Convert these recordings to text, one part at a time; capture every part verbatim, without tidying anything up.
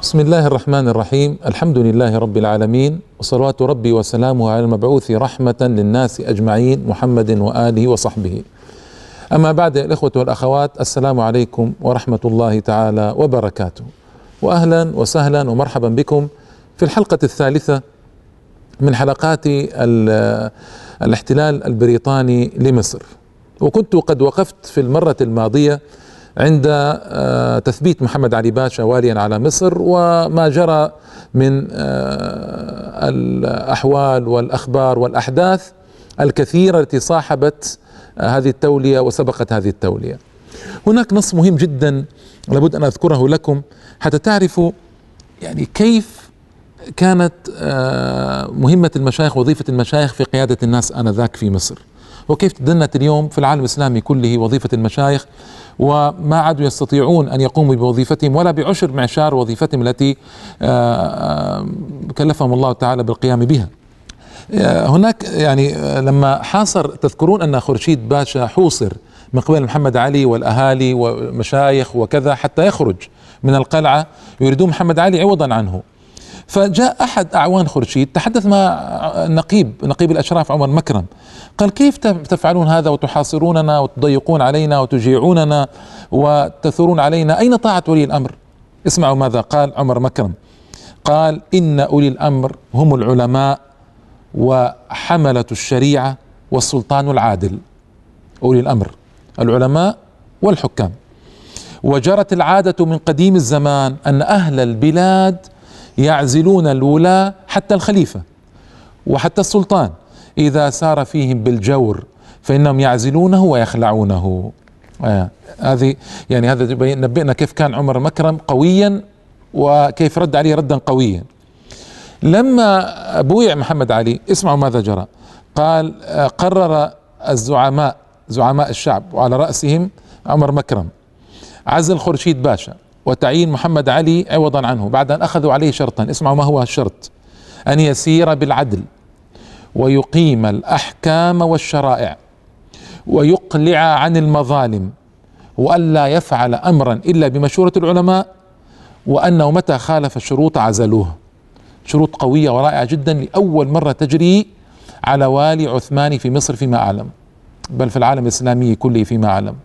بسم الله الرحمن الرحيم. الحمد لله رب العالمين، وصلوات ربي وسلامه على المبعوث رحمة للناس أجمعين محمد وآله وصحبه. أما بعد، الإخوة والأخوات، السلام عليكم ورحمة الله تعالى وبركاته، وأهلا وسهلا ومرحبا بكم في الحلقة الثالثة من حلقات الاحتلال البريطاني لمصر. وكنت قد وقفت في المرة الماضية عند تثبيت محمد علي باشا واليا على مصر وما جرى من الأحوال والأخبار والأحداث الكثيرة التي صاحبت هذه التولية وسبقت هذه التولية. هناك نص مهم جدا لابد أن أذكره لكم حتى تعرفوا يعني كيف كانت مهمة المشايخ، وظيفة المشايخ في قيادة الناس آنذاك في مصر، وكيف تدنت اليوم في العالم الإسلامي كله وظيفة المشايخ، وما عادوا يستطيعون أن يقوموا بوظيفتهم ولا بعشر معشار وظيفتهم التي كلفهم الله تعالى بالقيام بها. هناك يعني لما حاصر، تذكرون أن خورشيد باشا حوصر من قبل محمد علي والأهالي والمشايخ وكذا حتى يخرج من القلعة، يريدون محمد علي عوضا عنه. فجاء أحد أعوان خورشيد تحدث مع نقيب نقيب الأشراف عمر مكرم، قال: كيف تفعلون هذا وتحاصروننا وتضيقون علينا وتجيعوننا وتثورون علينا؟ أين طاعة ولي الأمر؟ اسمعوا ماذا قال عمر مكرم. قال: إن أولي الأمر هم العلماء وحملة الشريعة والسلطان العادل. أولي الأمر العلماء والحكام. وجرت العادة من قديم الزمان أن أهل البلاد يعزلون الولاة حتى الخليفة وحتى السلطان إذا سار فيهم بالجور، فإنهم يعزلونه ويخلعونه. آه. هذه يعني هذا نبئنا كيف كان عمر مكرم قويا وكيف رد عليه ردا قويا. لما بويع محمد علي، اسمعوا ماذا جرى. قال: قرر الزعماء زعماء الشعب وعلى رأسهم عمر مكرم عزل خورشيد باشا وتعيين محمد علي عوضا عنه، بعد أن أخذوا عليه شرطا. اسمعوا ما هو الشرط: أن يسير بالعدل ويقيم الأحكام والشرائع ويقلع عن المظالم، وألا يفعل أمرا إلا بمشورة العلماء، وأنه متى خالف الشروط عزلوه. شروط قوية ورائعة جدا، لأول مرة تجري على والي عثماني في مصر فيما أعلم، بل في العالم الإسلامي كله فيما أعلم.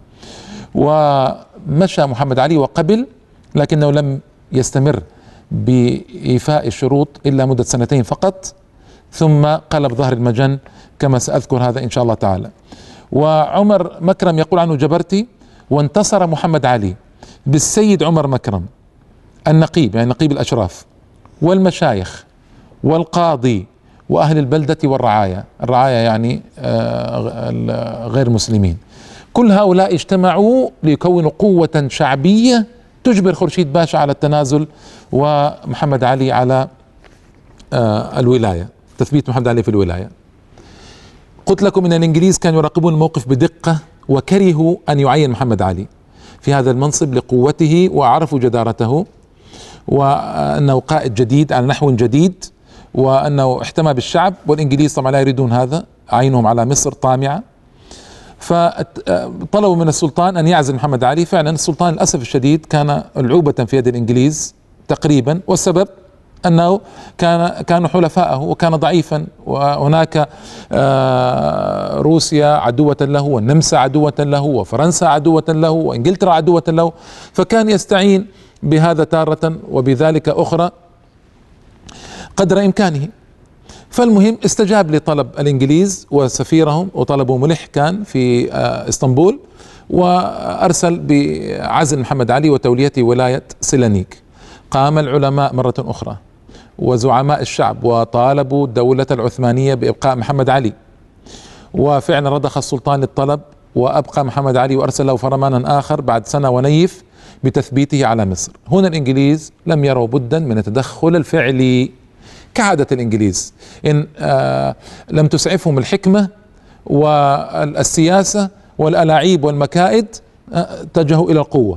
ومشى محمد علي وقبل، لكنه لم يستمر بإيفاء الشروط إلا مدة سنتين فقط، ثم قلب ظهر المجن كما سأذكر هذا إن شاء الله تعالى. وعمر مكرم يقول عنه جبرتي. وانتصر محمد علي بالسيد عمر مكرم النقيب، يعني نقيب الأشراف والمشايخ والقاضي وأهل البلدة والرعاية. الرعاية يعني غير المسلمين. كل هؤلاء اجتمعوا ليكونوا قوة شعبية تجبر خورشيد باشا على التنازل ومحمد علي على الولاية، تثبيت محمد علي في الولاية. قلت لكم ان الانجليز كانوا يراقبون الموقف بدقة، وكرهوا ان يعين محمد علي في هذا المنصب لقوته، وعرفوا جدارته وانه قائد جديد على نحو جديد، وانه احتمى بالشعب، والانجليز طبعا لا يريدون هذا، عينهم على مصر طامعة. فطلبوا من السلطان ان يعزل محمد علي. فعلا السلطان للاسف الشديد كان العوبة في يد الانجليز تقريبا، والسبب انه كان كانوا حلفائه وكان ضعيفا، وهناك روسيا عدوة له، والنمسا عدوة له، وفرنسا عدوة له، وانجلترا عدوة له، فكان يستعين بهذا تارة وبذلك اخرى قدر امكانه. فالمهم استجاب لطلب الانجليز وسفيرهم، وطلبوا ملح كان في اسطنبول، وارسل بعزل محمد علي وتوليته ولاية سيلانيك. قام العلماء مرة اخرى وزعماء الشعب وطالبوا الدولة العثمانية بإبقاء محمد علي، وفعلا رضخ السلطان للطلب وأبقى محمد علي، وأرسل له فرمانا آخر بعد سنة ونيف بتثبيته على مصر. هنا الإنجليز لم يروا بدا من التدخل الفعلي كعادة الإنجليز، إن آه لم تسعفهم الحكمة والسياسة والألاعيب والمكائد، آه اتجهوا إلى القوة.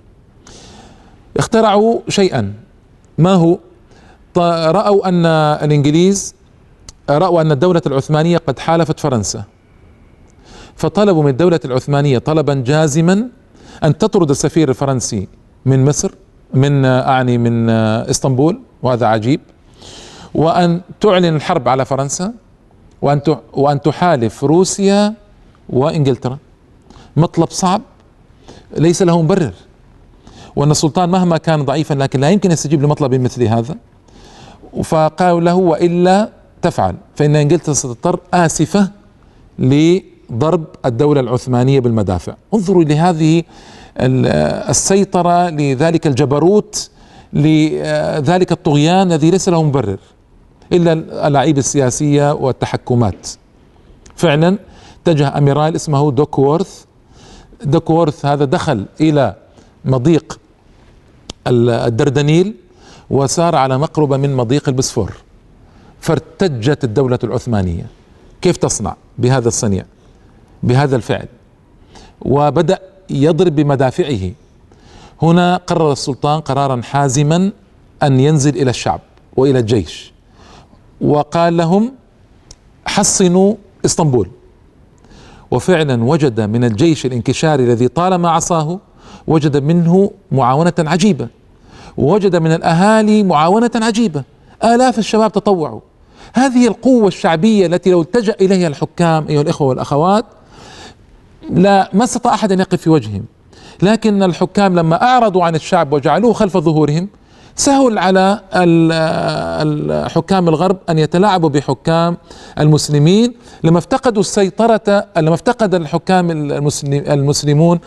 اخترعوا شيئا، ما هو؟ رأوا أن الإنجليز رأوا أن الدولة العثمانية قد حالفت فرنسا، فطلبوا من الدولة العثمانية طلبا جازما أن تطرد السفير الفرنسي من مصر من أعني من إسطنبول، وهذا عجيب، وأن تعلن الحرب على فرنسا، وأن وأن تحالف روسيا وإنجلترا. مطلب صعب ليس له مبرر، وأن السلطان مهما كان ضعيفا لكن لا يمكن يستجيب لمطلب مثل هذا. فقالوا له وإلا تفعل فإن إنجلترا ستضطر آسفة لضرب الدولة العثمانية بالمدافع. انظروا لهذه السيطرة، لذلك الجبروت، لذلك الطغيان الذي ليس له مبرر إلا الألاعيب السياسية والتحكمات. فعلا اتجه أميرال اسمه دوكورث. دوكورث هذا دخل إلى مضيق الدردنيل وسار على مقربة من مضيق البسفور، فارتجت الدولة العثمانية. كيف تصنع بهذا الصنيع، بهذا الفعل؟ وبدأ يضرب بمدافعه. هنا قرر السلطان قرارا حازما أن ينزل إلى الشعب وإلى الجيش، وقال لهم حصنوا اسطنبول. وفعلا وجد من الجيش الانكشاري الذي طالما عصاه، وجد منه معاونة عجيبة، ووجد من الأهالي معاونة عجيبة. آلاف الشباب تطوعوا. هذه القوة الشعبية التي لو التجأ إليها الحكام أيها الإخوة والأخوات لا ما استطاع أحد أن يقف في وجههم، لكن الحكام لما أعرضوا عن الشعب وجعلوه خلف ظهورهم، سهل على الحكام الغرب أن يتلاعبوا بحكام المسلمين لما افتقدوا السيطرة، لما افتقد الحكام المسلمون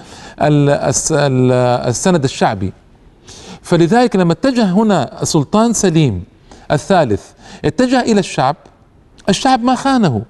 السند الشعبي. فلذلك لما اتجه هنا السلطان سليم الثالث اتجه إلى الشعب، الشعب ما خانه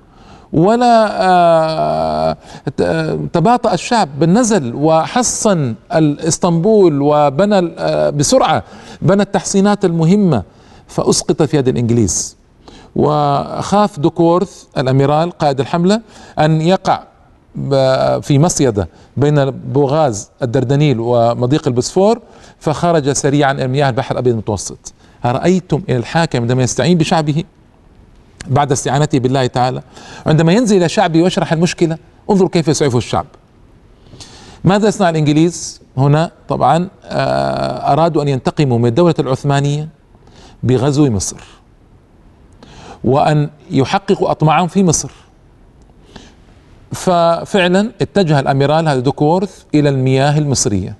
ولا تباطأ الشعب، بل نزل وحصن اسطنبول وبنى بسرعة، بنى التحصينات المهمة، فأسقط في يد الإنجليز. وخاف دوكورث الأميرال قائد الحملة أن يقع في مصيدة بين بوغاز الدردنيل ومضيق البسفور، فخرج سريعا إلى مياه البحر الأبيض المتوسط. أرأيتم إلى الحاكم عندما يستعين بشعبه بعد استعانته بالله تعالى، عندما ينزل إلى شعبه ويشرح المشكلة، انظروا كيف يسعفه الشعب. ماذا يصنع الإنجليز هنا؟ طبعا أرادوا أن ينتقموا من الدولة العثمانية بغزو مصر، وأن يحققوا أطماعهم في مصر. ففعلا اتجه الأميرال هذا دوكورث إلى المياه المصرية،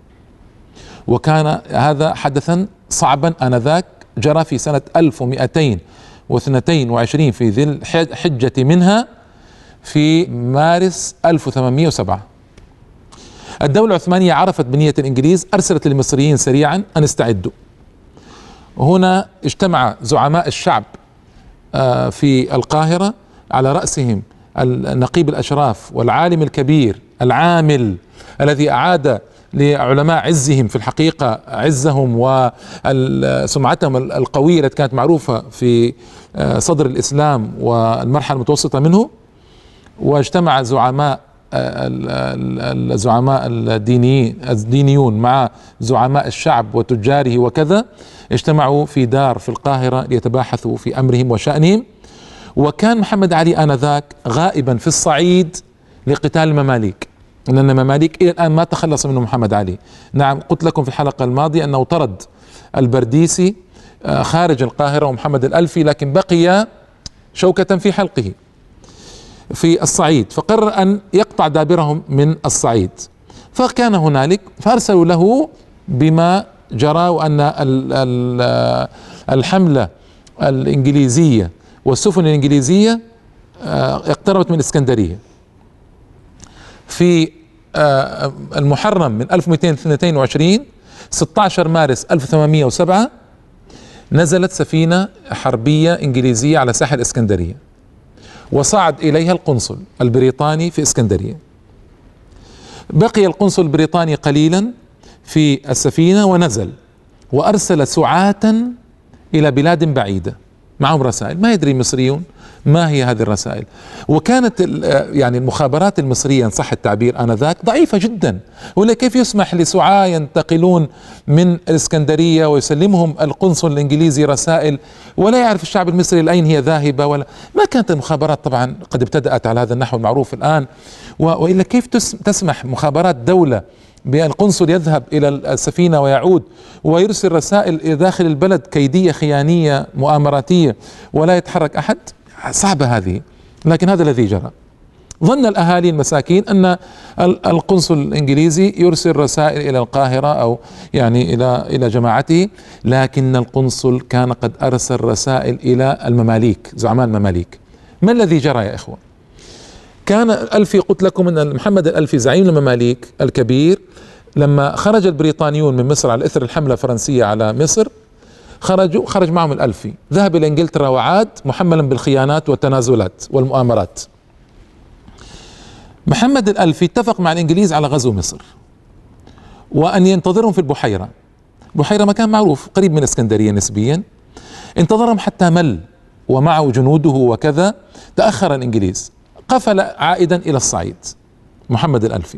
وكان هذا حدثا صعبا آنذاك، جرى في سنة ألف ومئتين واثنتين وعشرين في ذي الحجة منها في مارس ألف وثمانمئة وسبعة. الدولة العثمانية عرفت بنية الإنجليز، أرسلت للمصريين سريعا أن استعدوا. هنا اجتمع زعماء الشعب في القاهرة، على رأسهم النقيب الأشراف والعالم الكبير العامل الذي أعاد لعلماء عزهم في الحقيقة عزهم وسمعتهم القوية التي كانت معروفة في صدر الإسلام والمرحلة المتوسطة منه. واجتمع زعماء الزعماء الدينيين الدينيون مع زعماء الشعب وتجاره وكذا، اجتمعوا في دار في القاهرة ليتباحثوا في أمرهم وشأنهم. وكان محمد علي آنذاك غائبا في الصعيد لقتال المماليك، لأن المماليك إلى الآن ما تخلص منه محمد علي. نعم، قلت لكم في الحلقة الماضية أنه طرد البرديسي خارج القاهرة ومحمد الألفي، لكن بقي شوكة في حلقه في الصعيد، فقرر أن يقطع دابرهم من الصعيد. فكان هنالك فأرسلوا له بما جرى، وأن الحملة الإنجليزية والسفن الإنجليزية اقتربت من الإسكندرية. في المحرم من ألف ومئتين واثنين وعشرين ستة عشر مارس ألف وثمانمئة وسبعة نزلت سفينة حربية إنجليزية على ساحل الإسكندرية، وصعد إليها القنصل البريطاني في إسكندرية. بقي القنصل البريطاني قليلا في السفينة ونزل، وأرسل سعاة إلى بلاد بعيدة معهم رسائل، ما يدري المصريون ما هي هذه الرسائل. وكانت يعني المخابرات المصرية إن صح التعبير آنذاك ضعيفة جدا، ولا كيف يسمح لسعاة ينتقلون من الإسكندرية ويسلمهم القنصل الإنجليزي رسائل ولا يعرف الشعب المصري لأين هي ذاهبة؟ ولا ما كانت المخابرات طبعا قد ابتدأت على هذا النحو المعروف الآن، وإلا كيف تسمح مخابرات دولة بالقنصل يذهب إلى السفينة ويعود ويرسل رسائل إلى داخل البلد كيدية خيانية مؤامراتية ولا يتحرك أحد؟ صعبة هذه، لكن هذا الذي جرى. ظن الأهالي المساكين أن القنصل الإنجليزي يرسل رسائل إلى القاهرة أو يعني إلى إلى جماعته، لكن القنصل كان قد أرسل رسائل إلى المماليك، زعماء المماليك. ما الذي جرى يا إخوة؟ كان الألفي، قلت لكم أن محمد الألفي زعيم المماليك الكبير لما خرج البريطانيون من مصر على إثر الحملة الفرنسية على مصر، خرجوا خرج معهم الألفي، ذهب إلى إنجلترا وعاد محملا بالخيانات والتنازلات والمؤامرات. محمد الألفي اتفق مع الإنجليز على غزو مصر وأن ينتظرهم في البحيرة. بحيرة مكان معروف قريب من الإسكندرية نسبيا. انتظرهم حتى مل ومعه جنوده وكذا، تأخر الإنجليز، قفل عائدا إلى الصعيد محمد الألفي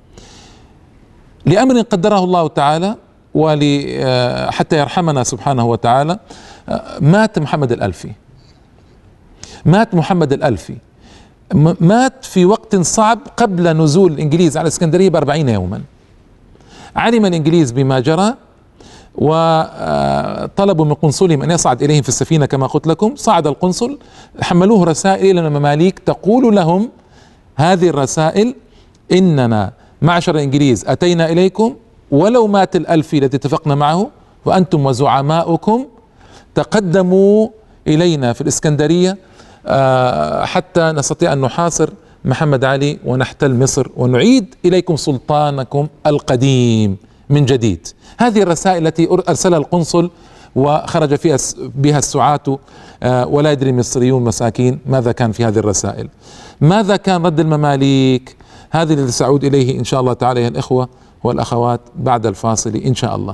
لأمر قدره الله تعالى وحتى يرحمنا سبحانه وتعالى. مات محمد الألفي، مات محمد الألفي مات في وقت صعب قبل نزول الإنجليز على الإسكندرية بأربعين يوما. علم الإنجليز بما جرى وطلبوا من قنصلهم أن يصعد إليهم في السفينة كما قلت لكم. صعد القنصل، حملوه رسائل إلى المماليك تقول لهم هذه الرسائل: إننا معشر الإنجليز أتينا إليكم ولو مات الألفي الذي اتفقنا معه وأنتم وزعماؤكم تقدموا إلينا في الإسكندرية حتى نستطيع أن نحاصر محمد علي ونحتل مصر ونعيد إليكم سلطانكم القديم من جديد. هذه الرسائل التي أرسلها القنصل وخرج فيها بها السعاة، ولا يدري المصريون مساكين ماذا كان في هذه الرسائل. ماذا كان رد المماليك؟ هذا الذي سأعود إليه إن شاء الله تعالى يا الإخوة والأخوات بعد الفاصل إن شاء الله.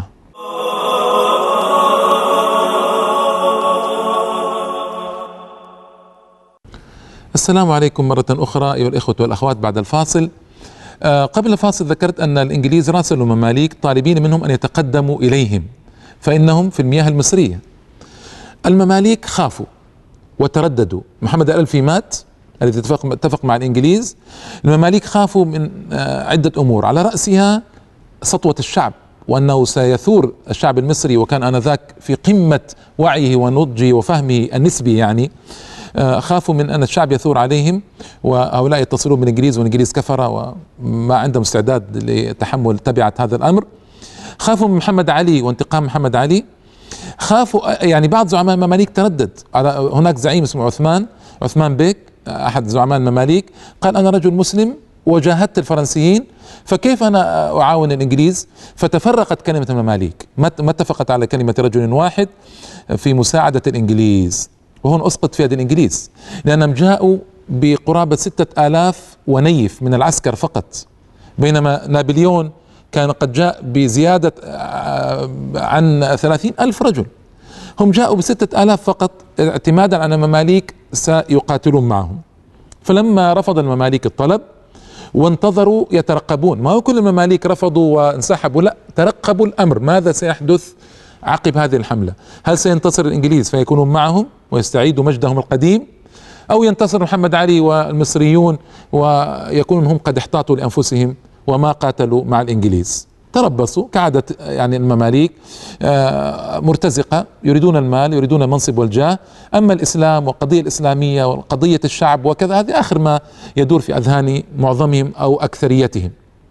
السلام عليكم مرة أخرى أيها الإخوة والأخوات بعد الفاصل. آه قبل الفاصل ذكرت أن الإنجليز راسلوا مماليك طالبين منهم أن يتقدموا إليهم فإنهم في المياه المصرية. المماليك خافوا وترددوا. محمد الألفي مات الذي اتفق, اتفق مع الإنجليز. المماليك خافوا من آه عدة أمور، على رأسها سطوة الشعب وأنه سيثور الشعب المصري، وكان آنذاك في قمة وعيه ونضجه وفهمه النسبي. يعني خافوا من أن الشعب يثور عليهم وهؤلاء يتصلون بالإنجليز والإنجليز كفرة وما عندهم استعداد لتحمل تبعة هذا الأمر. خافوا من محمد علي وانتقام محمد علي. خافوا يعني بعض زعماء المماليك تردد. هناك زعيم اسمه عثمان عثمان بيك أحد زعماء المماليك قال: أنا رجل مسلم وجاهدت الفرنسيين، فكيف أنا أعاون الإنجليز؟ فتفرقت كلمة المماليك، ما اتفقت على كلمة رجل واحد في مساعدة الإنجليز. وهون أسقط في يد الإنجليز لأنهم جاءوا بقرابة ستة آلاف ونيف من العسكر فقط، بينما نابليون كان قد جاء بزيادة عن ثلاثين ألف رجل. هم جاءوا بستة آلاف فقط اعتمادا على المماليك سيقاتلون معهم. فلما رفض المماليك الطلب وانتظروا يترقبون، ما هو كل المماليك رفضوا وانسحبوا، لا، ترقبوا الأمر ماذا سيحدث عقب هذه الحملة. هل سينتصر الإنجليز فيكونون معهم ويستعيدوا مجدهم القديم، أو ينتصر محمد علي والمصريون ويكونون هم قد احتاطوا لأنفسهم وما قاتلوا مع الإنجليز؟ تربصوا كعادة يعني المماليك مرتزقة، يريدون المال، يريدون المنصب والجاه. أما الإسلام والقضية الإسلامية وقضية الشعب وكذا، هذه آخر ما يدور في أذهان معظمهم أو أكثريتهم.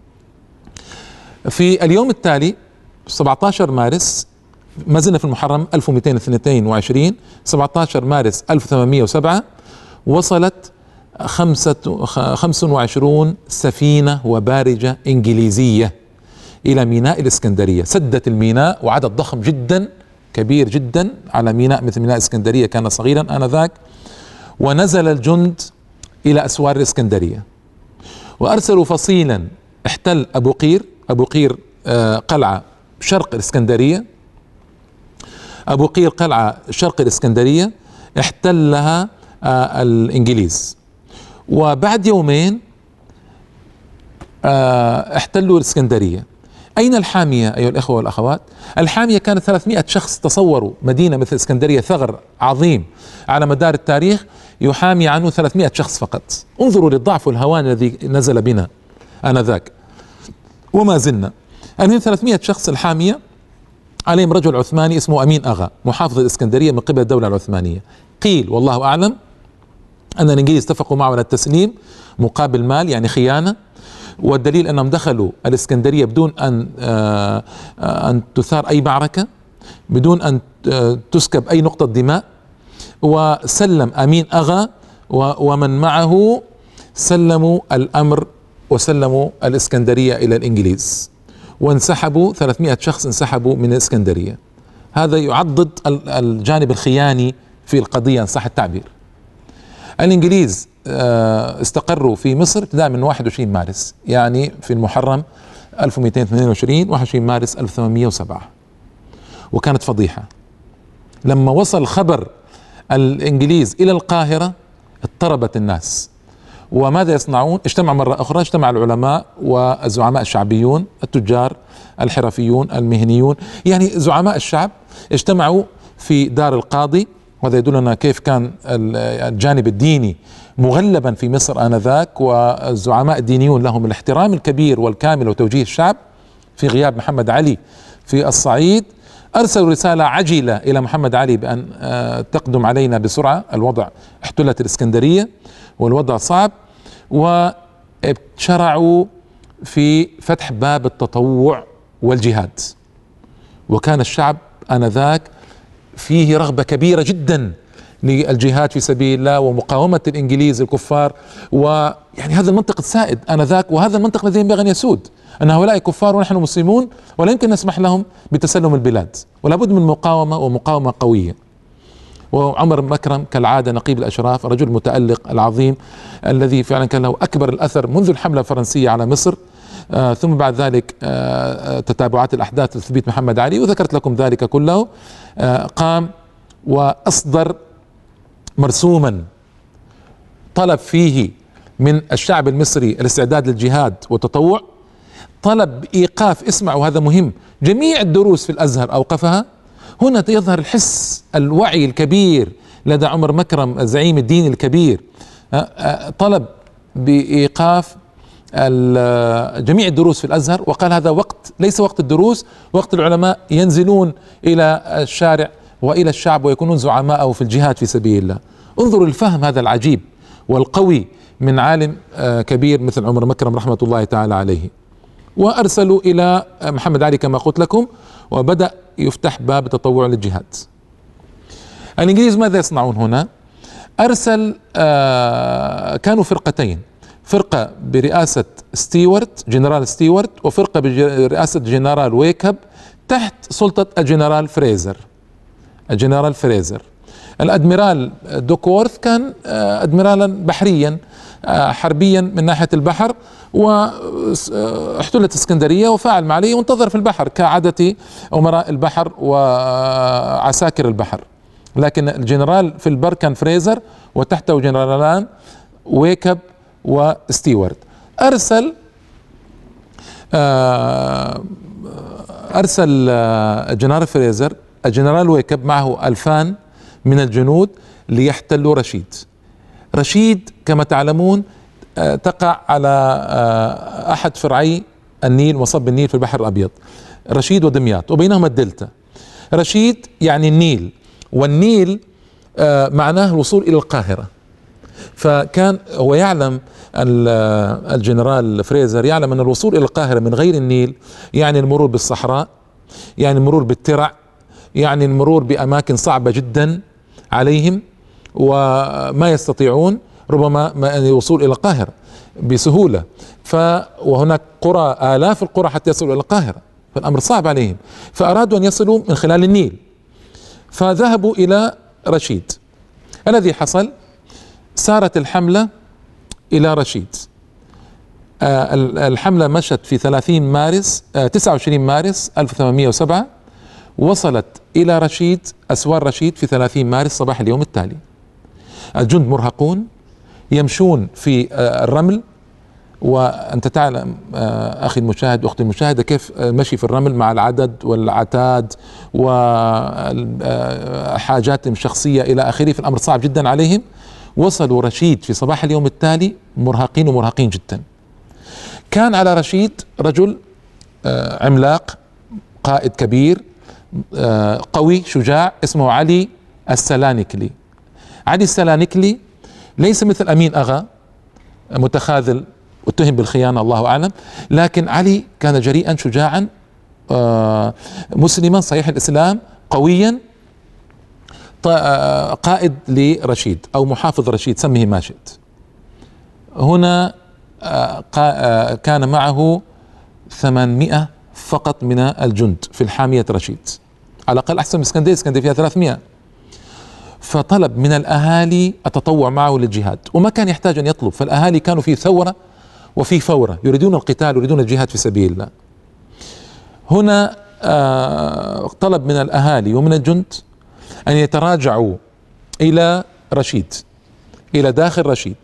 في اليوم التالي سبعة عشر مارس، ما زلنا في المحرم ألف ومئتين واثنين وعشرين، سبعة عشر مارس ألف وثمانمئة وسبعة، وصلت خمسة خمسة وعشرين سفينة وبارجة إنجليزية إلى ميناء الإسكندرية. سدت الميناء، وعدد ضخم جدا كبير جدا على ميناء مثل ميناء الإسكندرية، كان صغيرا آنذاك. ونزل الجند إلى أسوار الإسكندرية، وأرسلوا فصيلا احتل أبو قير. أبو قير قلعة شرق الإسكندرية، أبو قير قلعة شرق الإسكندرية احتلها الإنجليز. وبعد يومين احتلوا الإسكندرية. أين الحامية أيها الأخوة والأخوات؟ الحامية كانت ثلاثمئة شخص. تصوروا مدينة مثل الإسكندرية، ثغر عظيم على مدار التاريخ، يحامي عنه ثلاثمئة شخص فقط. انظروا للضعف والهوان الذي نزل بنا آنذاك. وما زلنا. المهم ثلاثمائة شخص الحامية، عليهم رجل عثماني اسمه أمين أغا محافظ الإسكندرية من قبل الدولة العثمانية. قيل والله أعلم أن الإنجليز اتفقوا معه على التسليم مقابل مال، يعني خيانة، والدليل أنهم دخلوا الإسكندرية بدون أن أن تثار أي معركة، بدون أن تسكب أي نقطة دماء، وسلم أمين أغا ومن معه سلموا الأمر وسلموا الإسكندرية إلى الإنجليز، وانسحبوا ثلاثمائة شخص انسحبوا من الإسكندرية. هذا يعضد الجانب الخياني في القضية إن صح التعبير. الإنجليز استقروا في مصر ابتداء من واحد وعشرين مارس، يعني في المحرم ألف ومئتين واثنين وعشرين، واحد وعشرين مارس ألف وثمانمئة وسبعة، وكانت فضيحة. لما وصل خبر الإنجليز إلى القاهرة اضطربت الناس، وماذا يصنعون؟ اجتمعوا مرة أخرى، اجتمع العلماء والزعماء الشعبيون، التجار، الحرفيون، المهنيون، يعني زعماء الشعب اجتمعوا في دار القاضي. وهذا يدلنا كيف كان الجانب الديني مغلبا في مصر آنذاك، والزعماء الدينيون لهم الاحترام الكبير والكامل وتوجيه الشعب. في غياب محمد علي في الصعيد أرسلوا رسالة عجلة إلى محمد علي بأن تقدم علينا بسرعة، الوضع احتلت الإسكندرية والوضع صعب، وشرعوا في فتح باب التطوع والجهاد. وكان الشعب آنذاك فيه رغبة كبيرة جدا للجهاد في سبيل الله ومقاومة الإنجليز الكفار، ويعني هذا المنطق السائد آنذاك، وهذا المنطق الذي ينبغي أن يسود، أن هؤلاء كفار ونحن مسلمون ولا يمكن نسمح لهم بتسلم البلاد، ولا بد من مقاومة ومقاومة قوية. وعمر مكرم كالعادة نقيب الأشراف، رجل متألق العظيم الذي فعلا كان له أكبر الأثر منذ الحملة الفرنسية على مصر، آه ثم بعد ذلك آه تتابعات الأحداث لتثبيت محمد علي، وذكرت لكم ذلك كله. آه قام وأصدر مرسوما طلب فيه من الشعب المصري الاستعداد للجهاد والتطوع، طلب إيقاف، اسمعوا هذا مهم، جميع الدروس في الأزهر أوقفها. هنا يظهر الحس الوعي الكبير لدى عمر مكرم الزعيم الديني الكبير. طلب بإيقاف جميع الدروس في الأزهر، وقال هذا وقت ليس وقت الدروس، وقت العلماء ينزلون إلى الشارع وإلى الشعب ويكونون زعماء في الجهاد في سبيل الله. انظروا الفهم هذا العجيب والقوي من عالم كبير مثل عمر مكرم رحمة الله تعالى عليه. وأرسلوا إلى محمد علي كما قلت لكم، وبدأ يفتح باب التطوع للجهاد. الإنجليز ماذا يصنعون هنا؟ أرسل آه كانوا فرقتين، فرقة برئاسة ستيوارت جنرال ستيوارت، وفرقة برئاسة جنرال ويكهب تحت سلطة الجنرال فريزر. الجنرال فريزر الأدميرال دوكورث كان آه أدميرالا بحريا آه حربيا من ناحية البحر، واحتلت اسكندرية وفاعل معلي وانتظر في البحر كعادة أمراء البحر وعساكر البحر. لكن الجنرال في البر كان فريزر، وتحته جنرالان ويكب وستيوارت. أرسل أرسل الجنرال فريزر الجنرال ويكب معه ألفان من الجنود ليحتلوا رشيد. رشيد كما تعلمون تقع على أحد فرعي النيل وصب النيل في البحر الأبيض، رشيد ودمياط، وبينهما الدلتا. رشيد يعني النيل، والنيل معناه الوصول إلى القاهرة. فكان هو يعلم الجنرال فريزر يعلم أن الوصول إلى القاهرة من غير النيل يعني المرور بالصحراء، يعني المرور بالترع، يعني المرور بأماكن صعبة جدا عليهم وما يستطيعون ربما الوصول إلى القاهرة بسهولة. ف وهناك قرى آلاف القرى حتى يصلوا إلى القاهرة، فالأمر صعب عليهم، فأرادوا أن يصلوا من خلال النيل، فذهبوا إلى رشيد. الذي حصل سارت الحملة إلى رشيد. آه الحملة مشت في ثلاثين مارس آه تسعة وعشرين مارس ألف وثمانمئة وسبعة، وصلت إلى رشيد أسوار رشيد في ثلاثين مارس صباح اليوم التالي. الجند مرهقون يمشون في آه الرمل، وأنت تعلم آه أخي المشاهد وأختي المشاهدة كيف المشي في الرمل مع العدد والعتاد وحاجاتهم الشخصية إلى آخره، في الأمر صعب جدا عليهم. وصلوا رشيد في صباح اليوم التالي مرهقين ومرهقين جدا. كان على رشيد رجل عملاق قائد كبير قوي شجاع اسمه علي السلانكلي. علي السلانكلي ليس مثل أمين أغا متخاذل اتهم بالخيانة الله أعلم، لكن علي كان جريئا شجاعا مسلما صحيح الإسلام قويا قائد لرشيد أو محافظ رشيد سميه ما شئت. هنا كان معه ثمانمائة فقط من الجند في الحامية رشيد، على الأقل أحسن من اسكندرية، اسكندرية فيها ثلاثمائة. فطلب من الأهالي التطوع معه للجهاد، وما كان يحتاج أن يطلب، فالأهالي كانوا في ثورة وفي فورة، يريدون القتال ويريدون الجهاد في سبيل الله. هنا طلب من الأهالي ومن الجند أن يتراجعوا إلى رشيد، إلى داخل رشيد.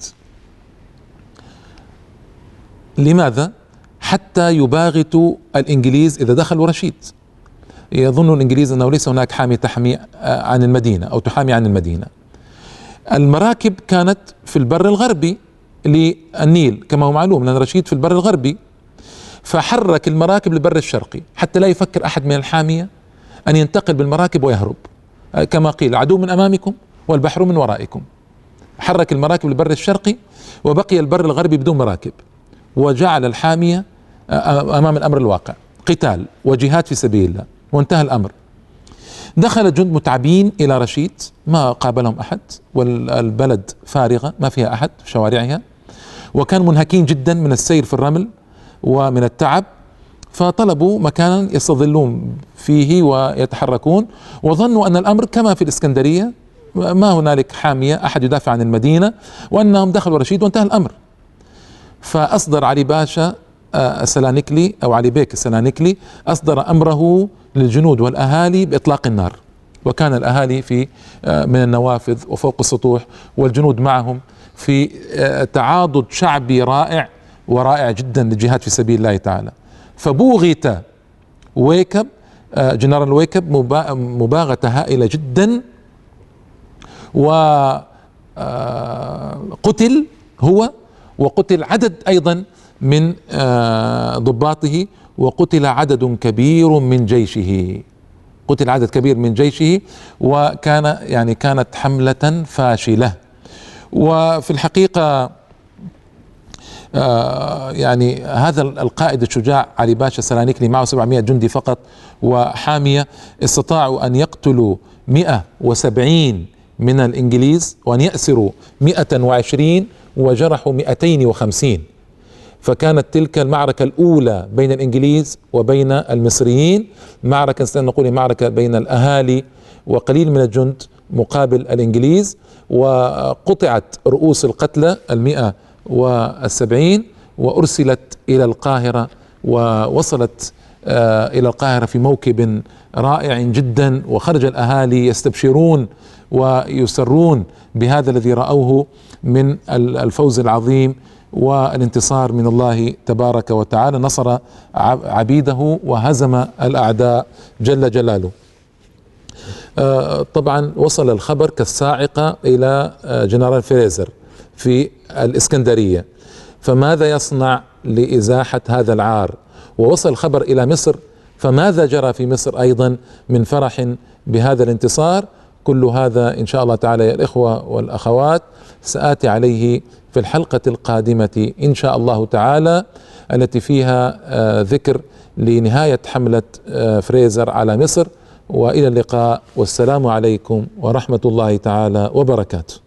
لماذا؟ حتى يباغتوا الإنجليز إذا دخلوا رشيد. يظن الإنجليز أنه ليس هناك حامية تحمي عن المدينة أو تحامي عن المدينة. المراكب كانت في البر الغربي للنيل كما هو معلوم، لأن رشيد في البر الغربي، فحرك المراكب للبر الشرقي حتى لا يفكر أحد من الحامية أن ينتقل بالمراكب ويهرب، كما قيل العدو من أمامكم والبحر من ورائكم. حرك المراكب للبر الشرقي وبقي البر الغربي بدون مراكب، وجعل الحامية أمام الأمر الواقع، قتال وجهاد في سبيل الله، وانتهى الأمر. دخل الجند متعبين إلى رشيد، ما قابلهم أحد، والبلد فارغة ما فيها أحد في شوارعها، وكانوا منهكين جدا من السير في الرمل ومن التعب، فطلبوا مكانا يستظلون فيه ويتحركون، وظنوا أن الأمر كما في الإسكندرية، ما هنالك حامية أحد يدافع عن المدينة، وأنهم دخلوا رشيد وانتهى الأمر. فأصدر علي باشا السلانكلي أو علي بيك السلانكلي أصدر أمره للجنود والأهالي بإطلاق النار، وكان الأهالي في من النوافذ وفوق السطوح، والجنود معهم في تعاضد شعبي رائع ورائع جدا للجهاد في سبيل الله تعالى. فبوغت ويكب جنرال ويكب مباغتة هائلة جدا، وقتل هو وقتل عدد أيضا من ضباطه، وقتل عدد كبير من جيشه، قتل عدد كبير من جيشه، وكان يعني كانت حملة فاشلة. وفي الحقيقة يعني هذا القائد الشجاع علي باشا السلانكلي معه سبعمائة جندي فقط وحامية، استطاعوا أن يقتلوا مئة وسبعين من الإنجليز، وأن يأسروا مئة وعشرين وجرحوا مئتين وخمسين. فكانت تلك المعركة الأولى بين الإنجليز وبين المصريين، معركة نقول معركة بين الأهالي وقليل من الجند مقابل الإنجليز، وقطعت رؤوس القتلى المئة والسبعين وأرسلت إلى القاهرة، ووصلت إلى القاهرة في موكب رائع جدا، وخرج الأهالي يستبشرون ويسرون بهذا الذي رأوه من الفوز العظيم والانتصار من الله تبارك وتعالى. نصر عبيده وهزم الأعداء جل جلاله. طبعا وصل الخبر كالصاعقة إلى جنرال فريزر في الإسكندرية، فماذا يصنع لإزاحة هذا العار؟ ووصل الخبر إلى مصر، فماذا جرى في مصر أيضا من فرح بهذا الانتصار؟ كل هذا إن شاء الله تعالى يا الإخوة والأخوات سآتي عليه في الحلقة القادمة إن شاء الله تعالى، التي فيها ذكر لنهاية حملة فريزر على مصر. وإلى اللقاء، والسلام عليكم ورحمة الله تعالى وبركاته.